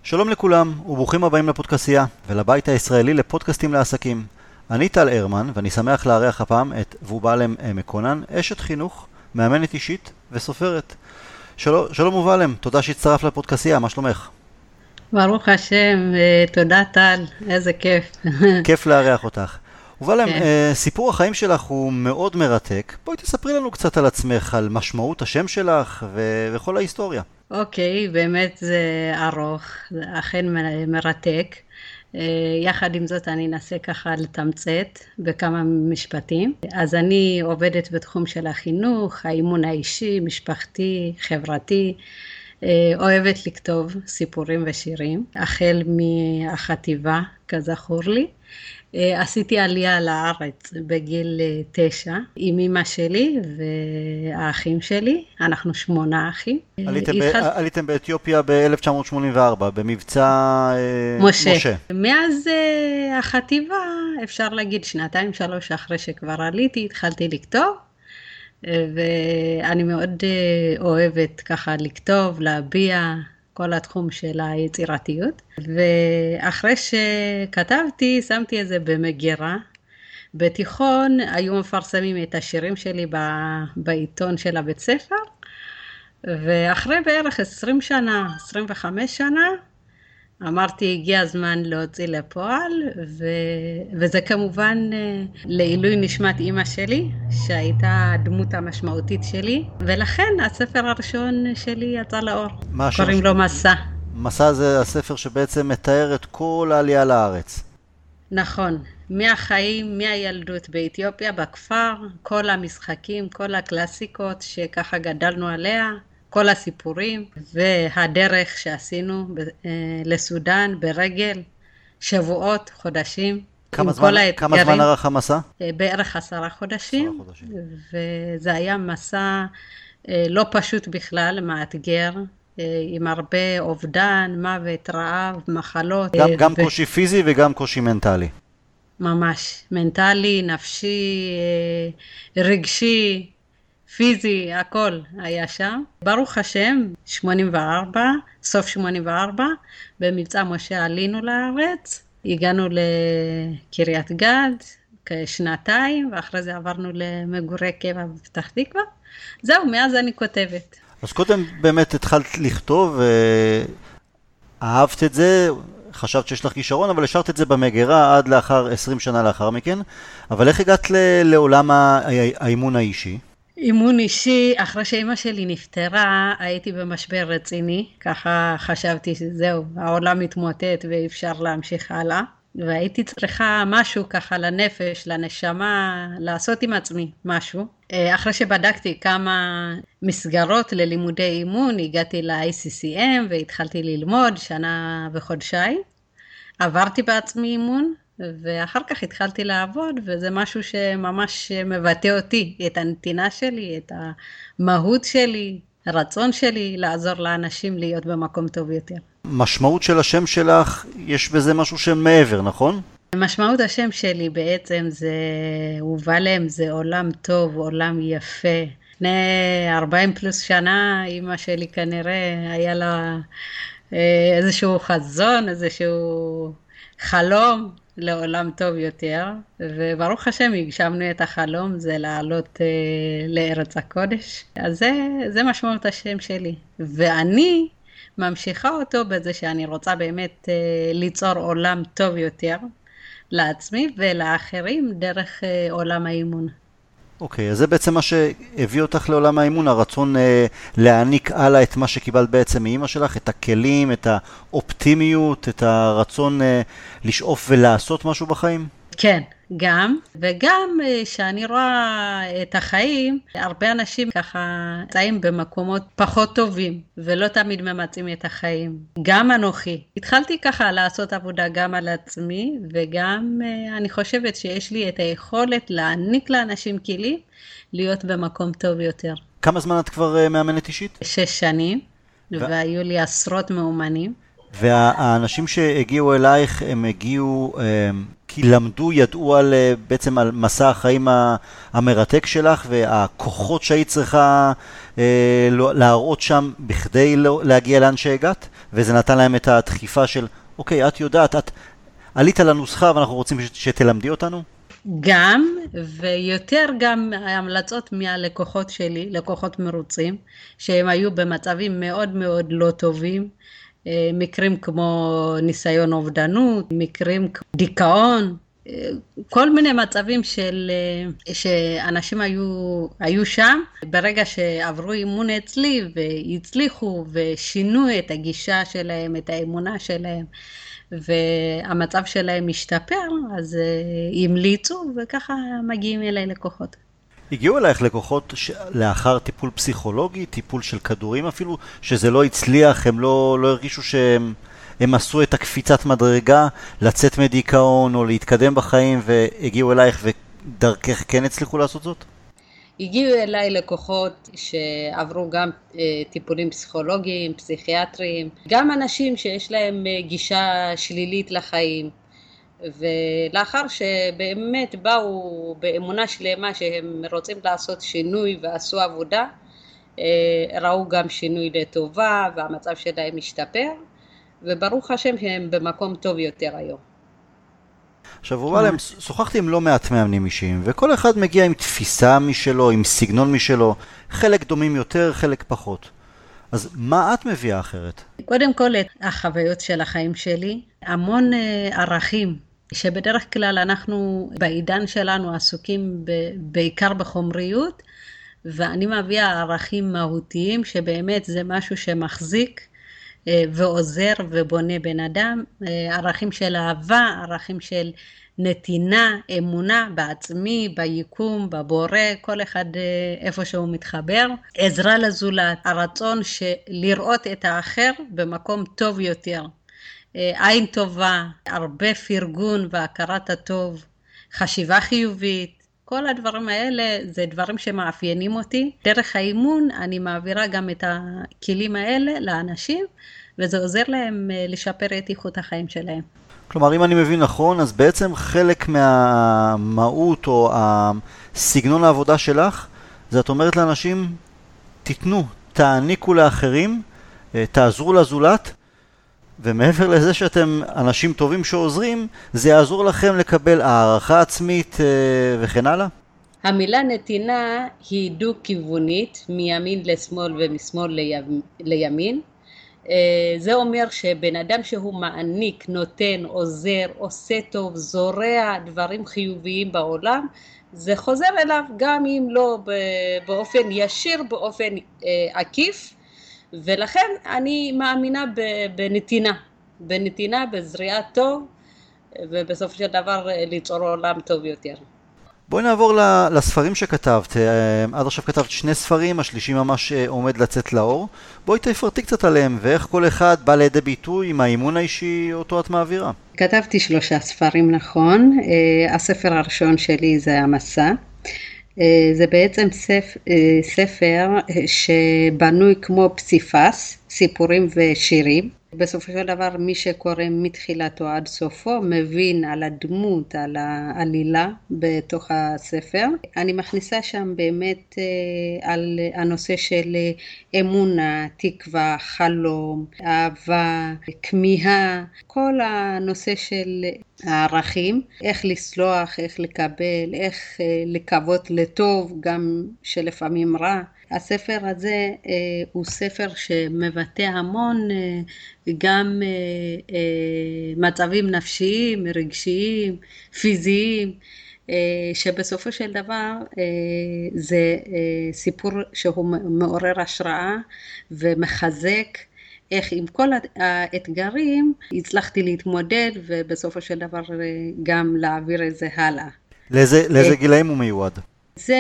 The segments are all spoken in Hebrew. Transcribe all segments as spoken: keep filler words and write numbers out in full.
שלום לכולם וברוכים הבאים לפודקאסייה ולבית הישראלי לפודקאסטים לעסקים. אני טל הרמן ואני שמח לארח הפעם את וובלם מקונן, אשת חינוך, מאמנת אישית וסופרת. שלום, שלום וובלם, תודה שהצטרף לפודקאסייה, מה שלומך? ברוך השם, תודה טל, איזה כיף. כיף לארח אותך. וובלם, כן. סיפור החיים שלך הוא מאוד מרתק. בואי תספרי לנו קצת על עצמך, על משמעות השם שלך ו- וכל ההיסטוריה. אוקיי, באמת זה ארוך, זה אכן מרתק. יחד עם זאת אני אנסה ככה לתמצת בכמה משפטים. אז אני עובדת בתחום של החינוך, האימון האישי, משפחתי, חברתי. אוהבת לכתוב סיפורים ושירים, החל מהחטיבה כזכור לי. עשיתי עלייה לארץ בגיל תשע עם אמא שלי והאחים שלי, אנחנו שמונה אחים. עליתם, התחל... ב... עליתם באתיופיה ב-אלף תשע מאות שמונים וארבע במבצע משה. משה. מאז החטיבה, אפשר להגיד שנתיים שלוש אחרי שכבר עליתי, התחלתי לכתוב. ואני מאוד אוהבת ככה לכתוב, להביע כל התחום של היצירתיות. ואחרי שכתבתי, שמתי את זה במגירה. בתיכון היו מפרסמים את השירים שלי בעיתון של הבית ספר. ואחרי בערך עשרים שנה, עשרים וחמש שנה, אמרתי הגיע הזמן להוציא לפועל, ו... וזה כמובן לעילוי נשמת אמא שלי, שהייתה הדמות המשמעותית שלי, ולכן הספר הראשון שלי יצא לאור, קוראים לו מסע. מסע זה הספר שבעצם מתאר את כל העלייה לארץ. נכון, מהחיים, מהילדות באתיופיה, בכפר, כל המשחקים, כל הקלאסיקות שככה גדלנו עליה, כל הסיפורים והדרך שעשינו לסודן ברגל, שבועות, חודשים. כמה זמן, כמה זמן ארך המסע? בערך עשרה חודשים, עשרה חודשים. וזה היה מסע לא פשוט בכלל, מאתגר, עם הרבה אובדן, מוות, רעב, מחלות. גם, גם ו... קושי פיזי וגם קושי מנטלי. ממש, מנטלי, נפשי, רגשי. פיזי, הכל היה שם. ברוך השם, שמונים וארבע, סוף שמונים וארבע, במבצע משה עלינו לארץ, הגענו לקריית גת כשנתיים, ואחרי זה עברנו למגורי קבע בפתח תקווה. זהו, מאז אני כותבת. אז קודם באמת התחלת לכתוב, אהבת את זה, חשבת שיש לך כישרון, אבל השארת את זה במגירה עד לאחר עשרים שנה לאחר מכן. אבל איך הגעת לעולם האימון האישי? אימון אישי, אחרי שאמא שלי נפטרה, הייתי במשבר רציני, ככה חשבתי שזהו, העולם מתמוטט ואי אפשר להמשיך הלאה, והייתי צריכה משהו ככה לנפש, לנשמה, לעשות עם עצמי משהו. אחרי שבדקתי כמה מסגרות ללימודי אימון, הגעתי ל-איי סי סי אם והתחלתי ללמוד שנה וחודשיים, עברתי בעצמי אימון, ואחר כך התחלתי לעבוד, וזה משהו שממש מבטא אותי, את הנתינה שלי, את המהות שלי, הרצון שלי לעזור לאנשים להיות במקום טוב יותר. משמעות של השם שלך, יש בזה משהו שמעבר, נכון? משמעות השם שלי בעצם זה וובלם, זה עולם טוב, עולם יפה. לפני ארבעים פלוס שנה, אמא שלי כנראה היה לה איזשהו חזון, איזשהו חלום, לעולם טוב יותר, וברוך השם הגשמנו את החלום, זה לעלות אה, לארץ הקודש. אז זה, זה משמעות השם שלי. ואני ממשיכה אותו בזה שאני רוצה באמת אה, ליצור עולם טוב יותר לעצמי ולאחרים דרך אה, עולם האימון. אוקיי, אז זה בעצם מה שהביא אותך לעולם האימון, הרצון אה, להעניק הלאה את מה שקיבלת בעצם מאמא שלך, את הכלים, את האופטימיות, את הרצון אה, לשאוף ולעשות משהו בחיים? כן, גם, וגם שאני רואה את החיים, הרבה אנשים ככה נמצאים במקומות פחות טובים, ולא תמיד ממצאים את החיים. גם אנוכי. התחלתי ככה לעשות עבודה גם על עצמי, וגם אני חושבת שיש לי את היכולת להעניק לאנשים כלים, להיות במקום טוב יותר. כמה זמן את כבר מאמנת אישית? שש שנים, ו... והיו לי עשרות מאומנים. והאנשים שהגיעו אלייך, הם הגיעו... למדו, ידעו על, בעצם על מסע החיים המרתק שלך, והכוחות שהיית צריכה אה, להראות שם בכדי להגיע לאן שהגעת, וזה נתן להם את הדחיפה של, אוקיי, את יודעת, את עלית לנוסחה ואנחנו רוצים שתלמדי אותנו? גם, ויותר גם המלצות מהלקוחות שלי, לקוחות מרוצים, שהם היו במצבים מאוד מאוד לא טובים, מקרים כמו ניסיון אובדנות, מקרים כמו דיכאון, כל מיני מצבים של, שאנשים היו, היו שם, ברגע שעברו אימון אצלי והצליחו ושינו את הגישה שלהם, את האמונה שלהם, והמצב שלהם משתפר, אז המליצו וככה מגיעים אליי לקוחות. הגיעו אלייך לקוחות ש... לאחר טיפול פסיכולוגי, טיפול של כדורים אפילו, שזה לא הצליח, הם לא, לא הרגישו שהם הם עשו את הקפיצת מדרגה, לצאת מדיכאון או להתקדם בחיים, והגיעו אלייך ודרכך כן הצליחו לעשות זאת? הגיעו אליי לקוחות שעברו גם טיפולים פסיכולוגיים, פסיכיאטריים, גם אנשים שיש להם גישה שלילית לחיים, ולאחר שבאמת באו באמונה שלמה שהם רוצים לעשות שינוי ועשו עבודה, ראו גם שינוי לטובה והמצב שלהם משתפר, וברוך השם שהם במקום טוב יותר היום. עכשיו, וואלם, שוחחתי עם לא מעט מאמנים אישיים, וכל אחד מגיע עם תפיסה משלו, עם סגנון משלו, חלק דומים יותר, חלק פחות. אז מה את מביאה אחרת? קודם כל, את החוויות של החיים שלי, המון ערכים, שבדרך כלל אנחנו בעידן שלנו עסוקים ב- בעיקר בחומריות, ואני מביאה ערכים מהותיים, שבאמת זה משהו שמחזיק ועוזר ובונה בן אדם, ערכים של אהבה, ערכים של נתינה, אמונה בעצמי, ביקום, בבורא, כל אחד איפה שהוא מתחבר, עזרה לזולת, הרצון של לראות את האחר במקום טוב יותר, עין טובה, הרבה פרגון והכרת הטוב, חשיבה חיובית, כל הדברים האלה זה דברים שמאפיינים אותי. דרך האימון אני מעבירה גם את הכלים האלה לאנשים, וזה עוזר להם לשפר את איכות החיים שלהם. כלומר, אם אני מבין נכון, אז בעצם חלק מהמהות או הסגנון העבודה שלך, זה את אומרת לאנשים, תיתנו, תעניקו לאחרים, תעזרו לזולת, ומעבר לזה שאתם אנשים טובים שעוזרים, זה יעזור לכם לקבל הערכה עצמית וכן הלאה? המילה נתינה היא דו-כיוונית, מימין לשמאל ומשמאל לימין. זה אומר שבן אדם שהוא מעניק, נותן, עוזר, עושה טוב, זורע דברים חיוביים בעולם, זה חוזר אליו גם אם לא באופן ישיר, באופן עקיף, ולכן אני מאמינה בנתינה, בנתינה, בזריעת טוב, ובסופו של דבר ליצור עולם טוב יותר. בואי נעבור לספרים שכתבת. עד עכשיו כתבת שני ספרים, השלישי ממש עומד לצאת לאור. בואי תפרטי קצת עליהם, ואיך כל אחד בא לידי ביטוי עם האימון האישי אותו את מעבירה. כתבתי שלושה ספרים, נכון. הספר הראשון שלי זה המסע. זה בעצם ספר, ספר שבנוי כמו פסיפס, סיפורים ושירים. בסופו של דבר מי שקורא מתחילתו עד סופו מבין על הדמות, על העלילה בתוך הספר. אני מכניסה שם באמת על הנושא של אמונה, תקווה, חלום, אהבה, כמיהה, כל הנושא של הערכים, איך לסלוח, איך לקבל, איך לקוות לטוב גם שלפעמים רע. הספר הזה אה, הוא ספר שמבטא המון אה, גם אה, אה, מצבים נפשיים, רגשיים, פיזיים, אה, שבסופו של דבר אה, זה אה, סיפור שהוא מעורר השראה ומחזק איך עם כל האתגרים הצלחתי להתמודד ובסופו של דבר גם להעביר את זה הלאה. לאיזה, לאיזה גילאים הוא מיועד? זה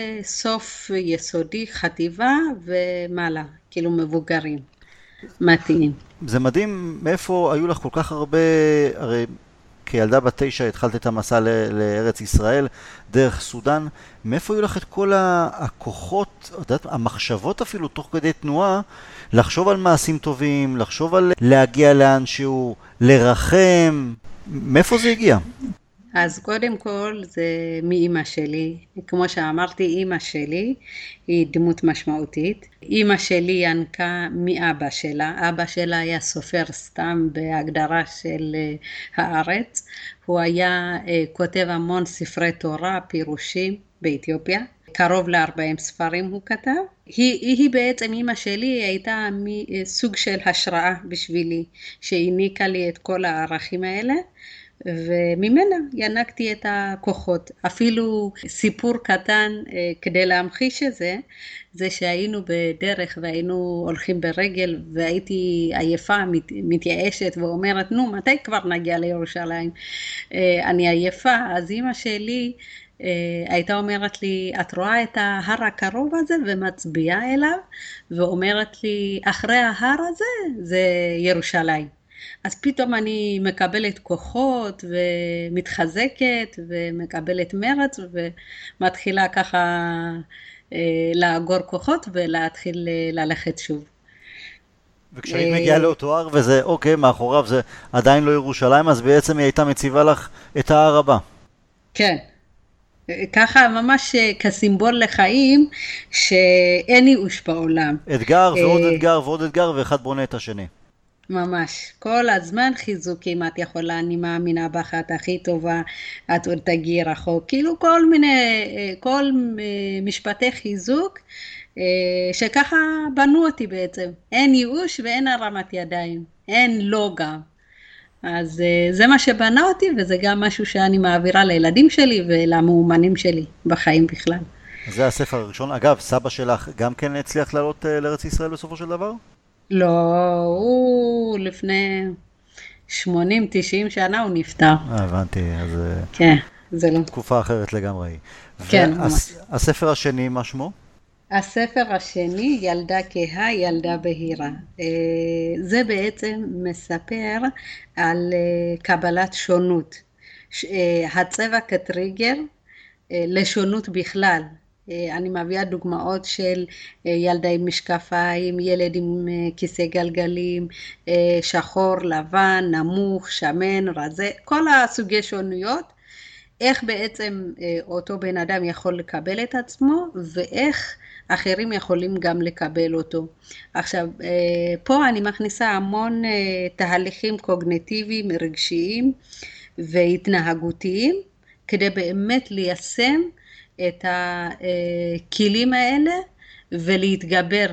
סוף יסודי, חטיבה ומעלה, כאילו מבוגרים, מתאים. זה מדהים, מאיפה היו לך כל כך הרבה, הרי כילדה בת תשע התחלת את המסע ל- לארץ ישראל, דרך סודן, מאיפה היו לך את כל הכוחות, יודעת, המחשבות אפילו תוך כדי תנועה, לחשוב על מעשים טובים, לחשוב על להגיע לאנשהו, לרחם, מאיפה זה הגיע? אז קודם כל זה מאמא שלי, כמו שאמרתי, אמא שלי היא דמות משמעותית. אמא שלי ינקה מאבא שלה, אבא שלה היה סופר סתם בהגדרה של הארץ, הוא היה כותב המון ספרי תורה, פירושים באתיופיה, קרוב ל-ארבעים ספרים הוא כתב. היא, היא בעצם, אמא שלי הייתה סוג של השראה בשבילי, שהעניקה לי את כל הערכים האלה. וממנה ינקתי את הכוחות. אפילו סיפור קטן כדי להמחיש את זה, זה שהיינו בדרך והיינו הולכים ברגל והייתי עייפה, מתייאשת ואומרת, נו, מתי כבר נגיע לירושלים? אני עייפה. אז אמא שלי הייתה אומרת לי, את רואה את ההר הקרוב הזה, ומצביעה אליו, ואומרת לי, אחרי ההר הזה זה ירושלים. אז פתאום אני מקבלת כוחות ומתחזקת ומקבלת מרץ ומתחילה ככה לאגור כוחות ולהתחיל ללכת שוב. וכשהיית מגיעה לאותו הר וזה, אוקיי, מאחוריו זה עדיין לא ירושלים, אז בעצם היא הייתה מציבה לך את ההר הבא. כן. ככה ממש כסימבול לחיים שאין ייאוש בעולם. אתגר ועוד אתגר ועוד אתגר ואחד בונה את השני. ממש, כל הזמן חיזוקים, את יכולה, אני מאמינה בך, את הכי טובה, את עוד תגיעי רחוק, כאילו כל מיני, כל משפטי חיזוק, שככה בנו אותי בעצם, אין ייאוש ואין הרמת ידיים, אין לא גם, אז זה מה שבנה אותי וזה גם משהו שאני מעבירה לילדים שלי ולמאומנים שלי בחיים בכלל. זה הספר הראשון, אגב, סבא שלך גם כן הצליח לעלות לארץ ישראל בסופו של דבר? לא, הוא לפני שמונים תשעים שנה הוא נפטר. אה, הבנתי, אז כן, זה לא. תקופה אחרת לגמרי. כן, ממש. הספר השני, מה שמו? הספר השני, ילדה כהה, ילדה בהירה. זה בעצם מספר על קבלת שונות. הצבע כטריגר לשונות בכלל. אני מביאה דוגמאות של ילדה עם משקפיים, ילד עם כיסא גלגלים, שחור, לבן, נמוך, שמן, רזה, כל הסוגי שונויות, איך בעצם אותו בן אדם יכול לקבל את עצמו, ואיך אחרים יכולים גם לקבל אותו. עכשיו, פה אני מכניסה המון תהליכים קוגניטיביים, רגשיים והתנהגותיים, כדי באמת ליישם את הכלים האלה ולהתגבר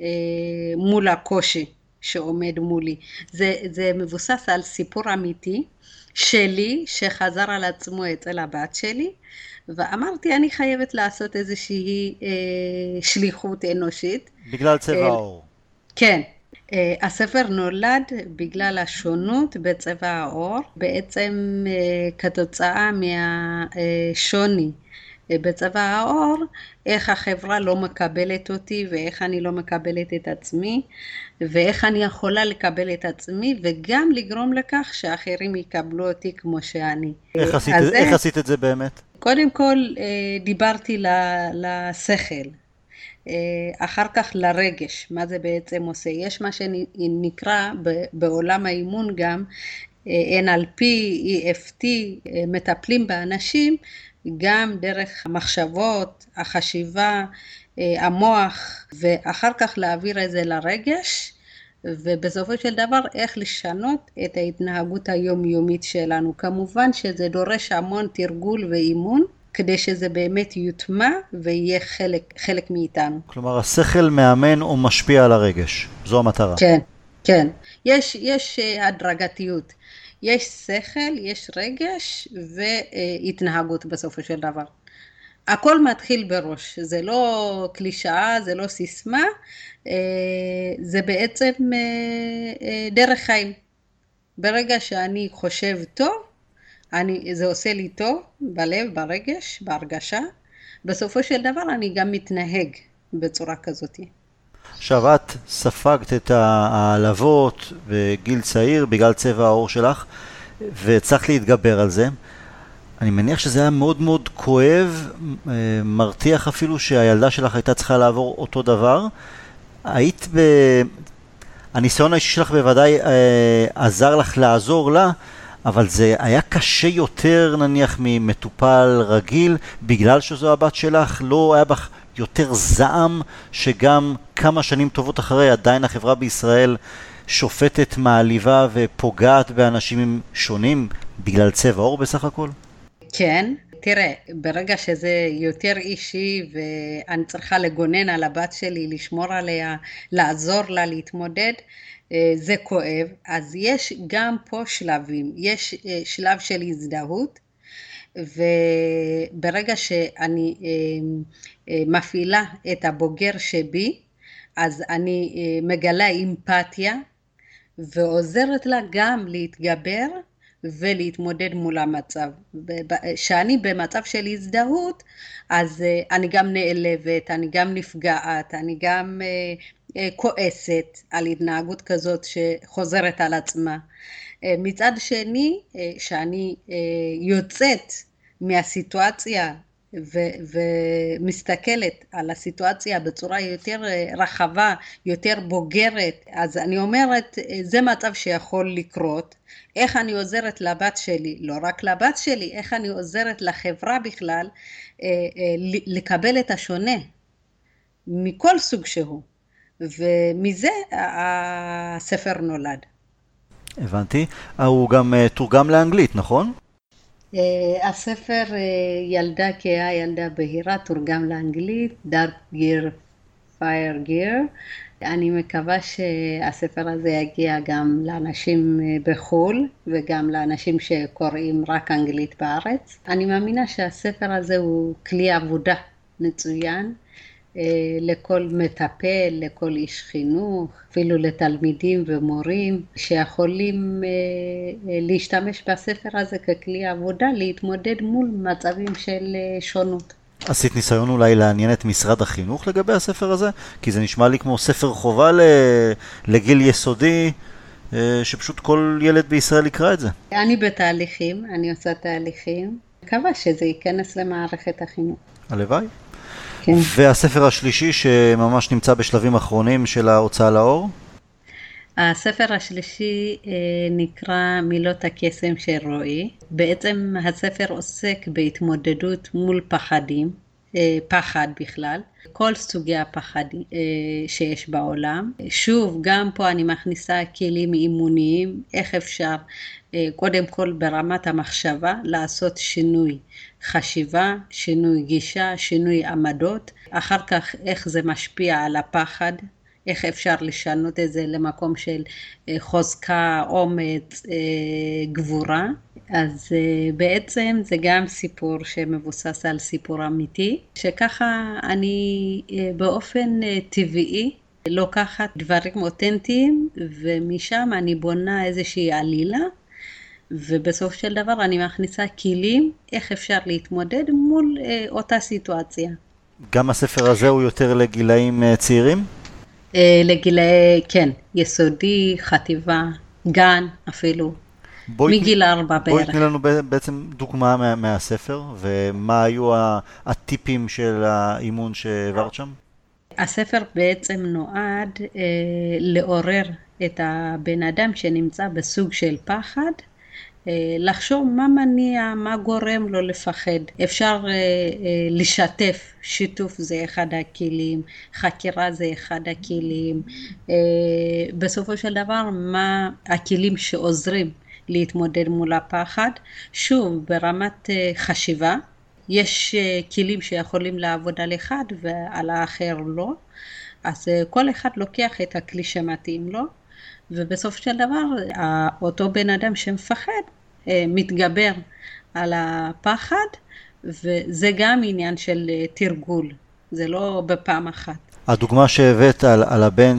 מול הקושי שעומד מולי. זה, זה מבוסס על סיפור אמיתי שלי שחזר על עצמו אצל הבת שלי, ואמרתי אני חייבת לעשות איזושהי שליחות אנושית. בגלל צבע העור. כן. הספר נולד בגלל השונות בצבע העור, בעצם כתוצאה מהשוני בצבע העור, איך החברה לא מקבלת אותי ואיך אני לא מקבלת את עצמי ואיך אני יכולה לקבל את עצמי וגם לגרום לכך שאחרים יקבלו אותי כמו שאני. איך עשית, אז, איך עשית את זה באמת? קודם כל דיברתי לשכל, אחר כך לרגש, מה זה בעצם עושה. יש מה שנקרא בעולם האימון גם אן אל פי, אי אף טי, מטפלים באנשים גם דרך המחשבות, החשיבה, המוח, ואחר כך להעביר את זה לרגש, ובסופו של דבר איך לשנות את ההתנהגות היומיומית שלנו. כמובן שזה דורש המון תרגול ואימון, כדי שזה באמת יוטמע ויהיה חלק, חלק מאיתנו. כלומר, השכל מאמן או משפיע על הרגש, זו המטרה. כן, כן. יש, יש הדרגתיות. יש שכל, יש רגש והתנהגות בסופו של דבר. הכל מתחיל בראש, זה לא קלישאה, זה לא סיסמה, זה בעצם דרך חיים. ברגע שאני חושב טוב, אני, זה עושה לי טוב בלב, ברגש, בהרגשה, בסופו של דבר אני גם מתנהג בצורה כזאת. עכשיו את ספגת את העלבות בגיל צעיר בגלל צבע העור שלך וצריך להתגבר על זה. אני מניח שזה היה מאוד מאוד כואב, מרתיח אפילו שהילדה שלך הייתה צריכה לעבור אותו דבר. היית ב... הניסיון האישי שלך בוודאי עזר לך לעזור לה, אבל זה היה קשה יותר נניח ממטופל רגיל, בגלל שזו הבת שלך, לא היה בך יותר זעם, שגם כמה שנים טובות אחרי עדיין החברה בישראל שופטת, מעליבה ופוגעת באנשים שונים, בגלל צבע עור בסך הכל? כן, תראה, ברגע שזה יותר אישי ואני צריכה לגונן על הבת שלי, לשמור עליה, לעזור לה להתמודד, זה כואב. אז יש גם פה שלבים, יש שלב של הזדהות, וברגע שאני מפעילה את הבוגר שבי, אז אני מגלה אמפתיה ועוזרת לה גם להתגבר ולהתמודד מול המצב. כשאני במצב של הזדהות, אז אני גם נעלבת, אני גם נפגעת, אני גם כועסת על התנהגות כזאת שחוזרת על עצמה. מצד שני, שאני יוצאת מהסיטואציה ו- ומסתכלת על הסיטואציה בצורה יותר רחבה, יותר בוגרת, אז אני אומרת, זה מצב שיכול לקרות. איך אני עוזרת לבת שלי, לא רק לבת שלי, איך אני עוזרת לחברה בכלל, לקבל את השונה, מכל סוג שהוא. ומזה הספר נולד. הבנתי. הוא גם תורגם לאנגלית, נכון? הספר ילדה כהה, ילדה בהירה, תורגם לאנגלית, Dark Gear, Fire Gear. אני מקווה שהספר הזה יגיע גם לאנשים בחול וגם לאנשים שקוראים רק אנגלית בארץ. אני מאמינה שהספר הזה הוא כלי עבודה מצוין לכל מטפל, לכל איש חינוך, אפילו לתלמידים ומורים שיכולים להשתמש בספר הזה ככלי עבודה להתמודד מול מצבים של שונות. עשית ניסיון אולי לעניין את משרד החינוך לגבי הספר הזה? כי זה נשמע לי כמו ספר חובה לגיל יסודי, שפשוט כל ילד בישראל יקרא את זה. אני בתהליכים, אני עושה תהליכים. מקווה שזה ייכנס למערכת החינוך. הלוואי. כן. והספר השלישי שממש נמצא בשלבים אחרונים של ההוצאה לאור? הספר השלישי נקרא מילות הקסם של רועי. בעצם הספר עוסק בהתמודדות מול פחדים, פחד בכלל, כל סוגי הפחד שיש בעולם. שוב, גם פה אני מכניסה כלים אימוניים, איך אפשר קודם כל ברמת המחשבה לעשות שינוי חשיבה, שינוי גישה, שינוי עמדות, אחר כך איך זה משפיע על הפחד, איך אפשר לשנות את זה למקום של חוזקה, אומץ, גבורה. אז בעצם זה גם סיפור שמבוסס על סיפור אמיתי, שככה אני באופן טבעי לוקחת דברים אותנטיים, ומשם אני בונה איזושהי עלילה, ובסוף של דבר אני מכניסה כלים איך אפשר להתמודד מול אותה סיטואציה. גם הספר הזה הוא יותר לגילאים צעירים? לגילי, כן, יסודי, חטיבה, גן אפילו, מגיל ארבע בערך. בואי תני לנו בעצם דוגמה מה, מהספר, ומה היו הטיפים של האימון שהעברת שם? הספר בעצם נועד אה, לעורר את הבן אדם שנמצא בסוג של פחד, לחשוב מה מניע, מה גורם לו לפחד. אפשר אה, אה, לשתף, שיתוף זה אחד הכלים, חקירה זה אחד הכלים. אה, בסופו של דבר, מה הכלים שעוזרים להתמודד מול הפחד? שוב, ברמת אה, חשיבה, יש אה, כלים שיכולים לעבוד על אחד ועל האחר לא. אז אה, כל אחד לוקח את הכלי שמתאים לו. ובסוף של דבר, אותו בן אדם שמפחד, מתגבר על הפחד, וזה גם עניין של תרגול, זה לא בפעם אחת. הדוגמה שהבאת על, על הבן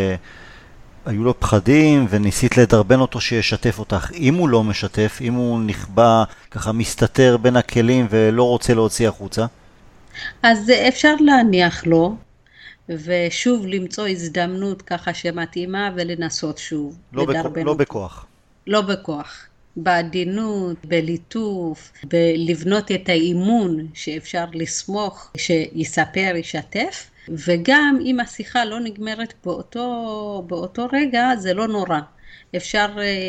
שהיו לו פחדים וניסית לדרבן אותו שישתף אותך, אם הוא לא משתף, אם הוא נכבה, ככה מסתתר בין הכלים ולא רוצה להוציא החוצה? אז אפשר להניח לו, ושוב למצוא הזדמנות ככה שמתאימה ולנסות שוב. לא, בכ... לא בכוח. לא בכוח. בעדינות, בליטוף, בלבנות את האימון שאפשר לסמוך, שיספר, ישתף. וגם אם השיחה לא נגמרת באותו, באותו רגע, זה לא נורא. אפשר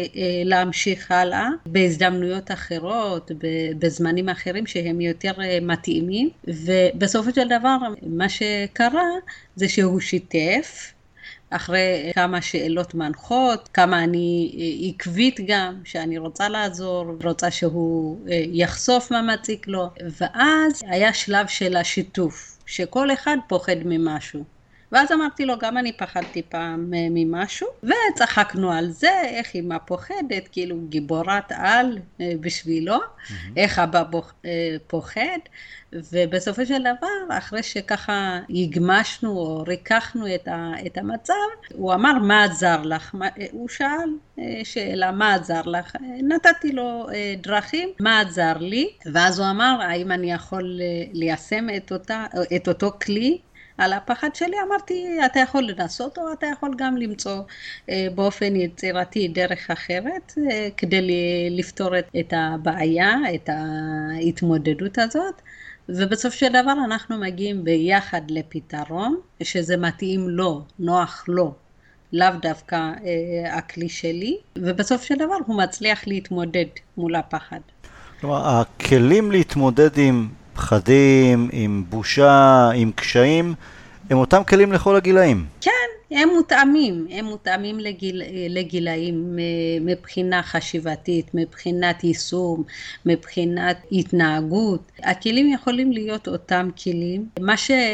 להמשיך הלאה בהזדמנויות אחרות, בזמנים אחרים שהם יותר מתאימים, ובסופו של דבר מה שקרה זה שהוא שיתף, אחרי כמה שאלות מנחות, כמה אני עקבית גם, שאני רוצה לעזור, רוצה שהוא יחשוף מה מציק לו, ואז היה שלב של השיתוף, שכל אחד פוחד ממשהו. ואז אמרתי לו, גם אני פחדתי פעם ממשהו, וצחקנו על זה, איך אמא פוחדת, כאילו גיבורת על בשבילו, mm-hmm. איך אבא פוחד, ובסופו של דבר, אחרי שככה הגמשנו או ריקחנו את, ה, את המצב, הוא אמר, מה עזר לך? מה, הוא שאל שאלה, מה עזר לך? נתתי לו דרכים, מה עזר לי? ואז הוא אמר, האם אני יכול ליישם את, אותה, את אותו כלי, על הפחד שלי? אמרתי, אתה יכול לנסות או אתה יכול גם למצוא אה, באופן יצירתי דרך אחרת אה, כדי לפתור את, את הבעיה, את ההתמודדות הזאת, ובסוף של דבר אנחנו מגיעים ביחד לפתרון שזה מתאים לו, נוח לו, לאו דווקא אה, הכלי שלי, ובסוף של דבר הוא מצליח להתמודד מול הפחד. כלומר, הכלים להתמודד עם פחדים, עם בושה, עם קשיים, הם אותם כלים לכל הגילאים. כן, הם מותאמים, הם מותאמים לגיל, לגילאים מבחינה חשיבתית, מבחינת יישום, מבחינת התנהגות. הכלים יכולים להיות אותם כלים. מה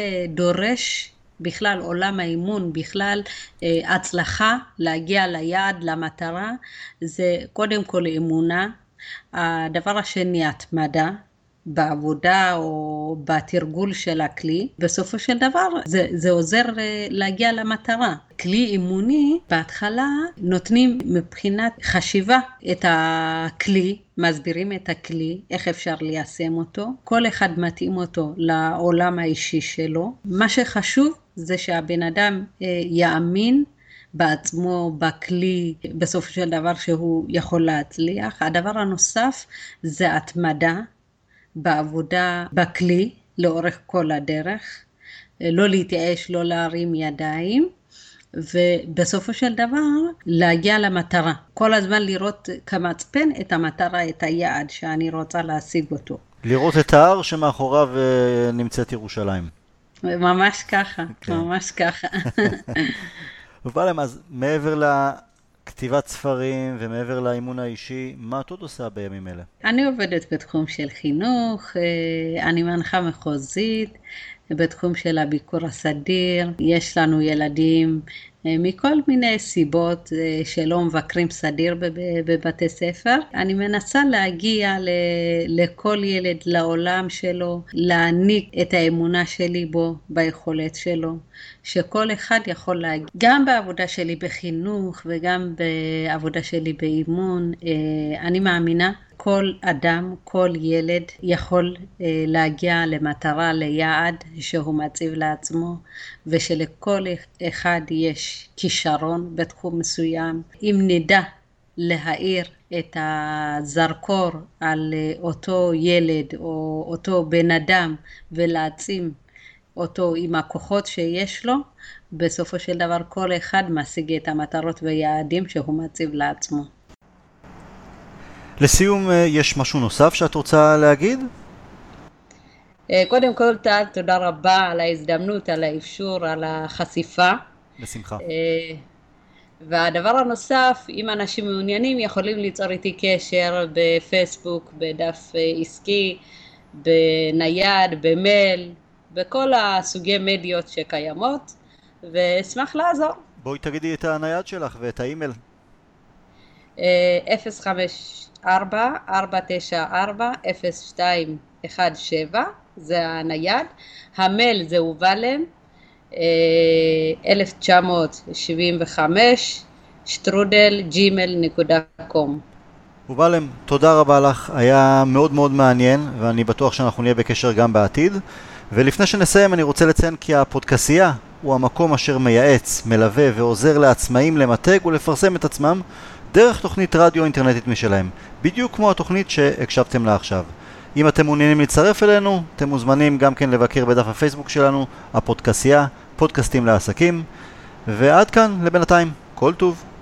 שדורש בכלל עולם האימון, בכלל הצלחה להגיע ליעד, למטרה, זה קודם כל אמונה. הדבר השני, התמדה. בעבודה או בתרגול של הכלי, בסופו של דבר זה, זה עוזר להגיע למטרה. כלי אימוני, בהתחלה נותנים מבחינת חשיבה את הכלי, מסבירים את הכלי, איך אפשר ליישם אותו, כל אחד מתאים אותו לעולם האישי שלו. מה שחשוב זה שהבן אדם יאמין בעצמו, בכלי, בסופו של דבר שהוא יכול להצליח. הדבר הנוסף זה התמדה, בעבודה בכלי לאורך כל הדרך, לא להתייאש, לא להרים ידיים, ובסופו של דבר להגיע למטרה. כל הזמן לראות כמצפן את המטרה, את היעד שאני רוצה להשיג אותו. לראות את ההר שמאחוריו נמצאת ירושלים. ממש ככה, okay. ממש ככה. ובעלם, אז מעבר ל... כתיבת ספרים ומעבר לאימון האישי, מה את עוד עושה בימים אלה? אני עובדת בתחום של חינוך, אני מנחה מחוזית, בתחום של הביקור הסדיר. יש לנו ילדים מכל מיני סיבות שלא מבקרים סדיר בבתי ספר. אני מנסה להגיע לכל ילד, לעולם שלו, להעניק את האמונה שלי בו, ביכולת שלו, שכל אחד יכול להגיע. גם בעבודה שלי בחינוך וגם בעבודה שלי באימון, אני מאמינה כל אדם, כל ילד יכול להגיע למטרה, ליעד שהוא מציב לעצמו, ושלכל אחד יש כישרון בתחום מסוים. אם נדע להאיר את הזרקור על אותו ילד או אותו בן אדם ולהעצים אותו עם הכוחות שיש לו, בסופו של דבר כל אחד משיג את המטרות והיעדים שהוא מציב לעצמו. לסיום, יש משהו נוסף שאת רוצה להגיד? קודם כל, תודה רבה על ההזדמנות, על האפשור, על החשיפה. בשמחה. והדבר הנוסף, אם אנשים מעוניינים, יכולים ליצור איתי קשר בפייסבוק, בדף עסקי, בנייד, במייל, בכל הסוגי מדיות שקיימות, ואשמח לעזור. בואי תגידי את הנייד שלך ואת האימייל. אפס חמש ארבע ארבע תשע ארבע אפס שתיים אחת שבע, זה הנייד. המייל זה ובלם אלף תשע מאות שבעים וחמש שטרודל ג'ימייל נקודה קום. ובלם, תודה רבה לך, היה מאוד מאוד מעניין, ואני בטוח שאנחנו נהיה בקשר גם בעתיד. ולפני שנסיים אני רוצה לציין כי הפודקאסייה הוא המקום אשר מייעץ, מלווה ועוזר לעצמאים למתג ולפרסם את עצמם דרך תוכנית רדיו אינטרנטית משלהם, בדיוק כמו התוכנית שהקשבתם לה עכשיו. אם אתם מעוניינים להצטרף אלינו, אתם מוזמנים גם כן לבקר בדף הפייסבוק שלנו, הפודקאסייה, פודקאסטים לעסקים. ועד כאן לבינתיים, כל טוב.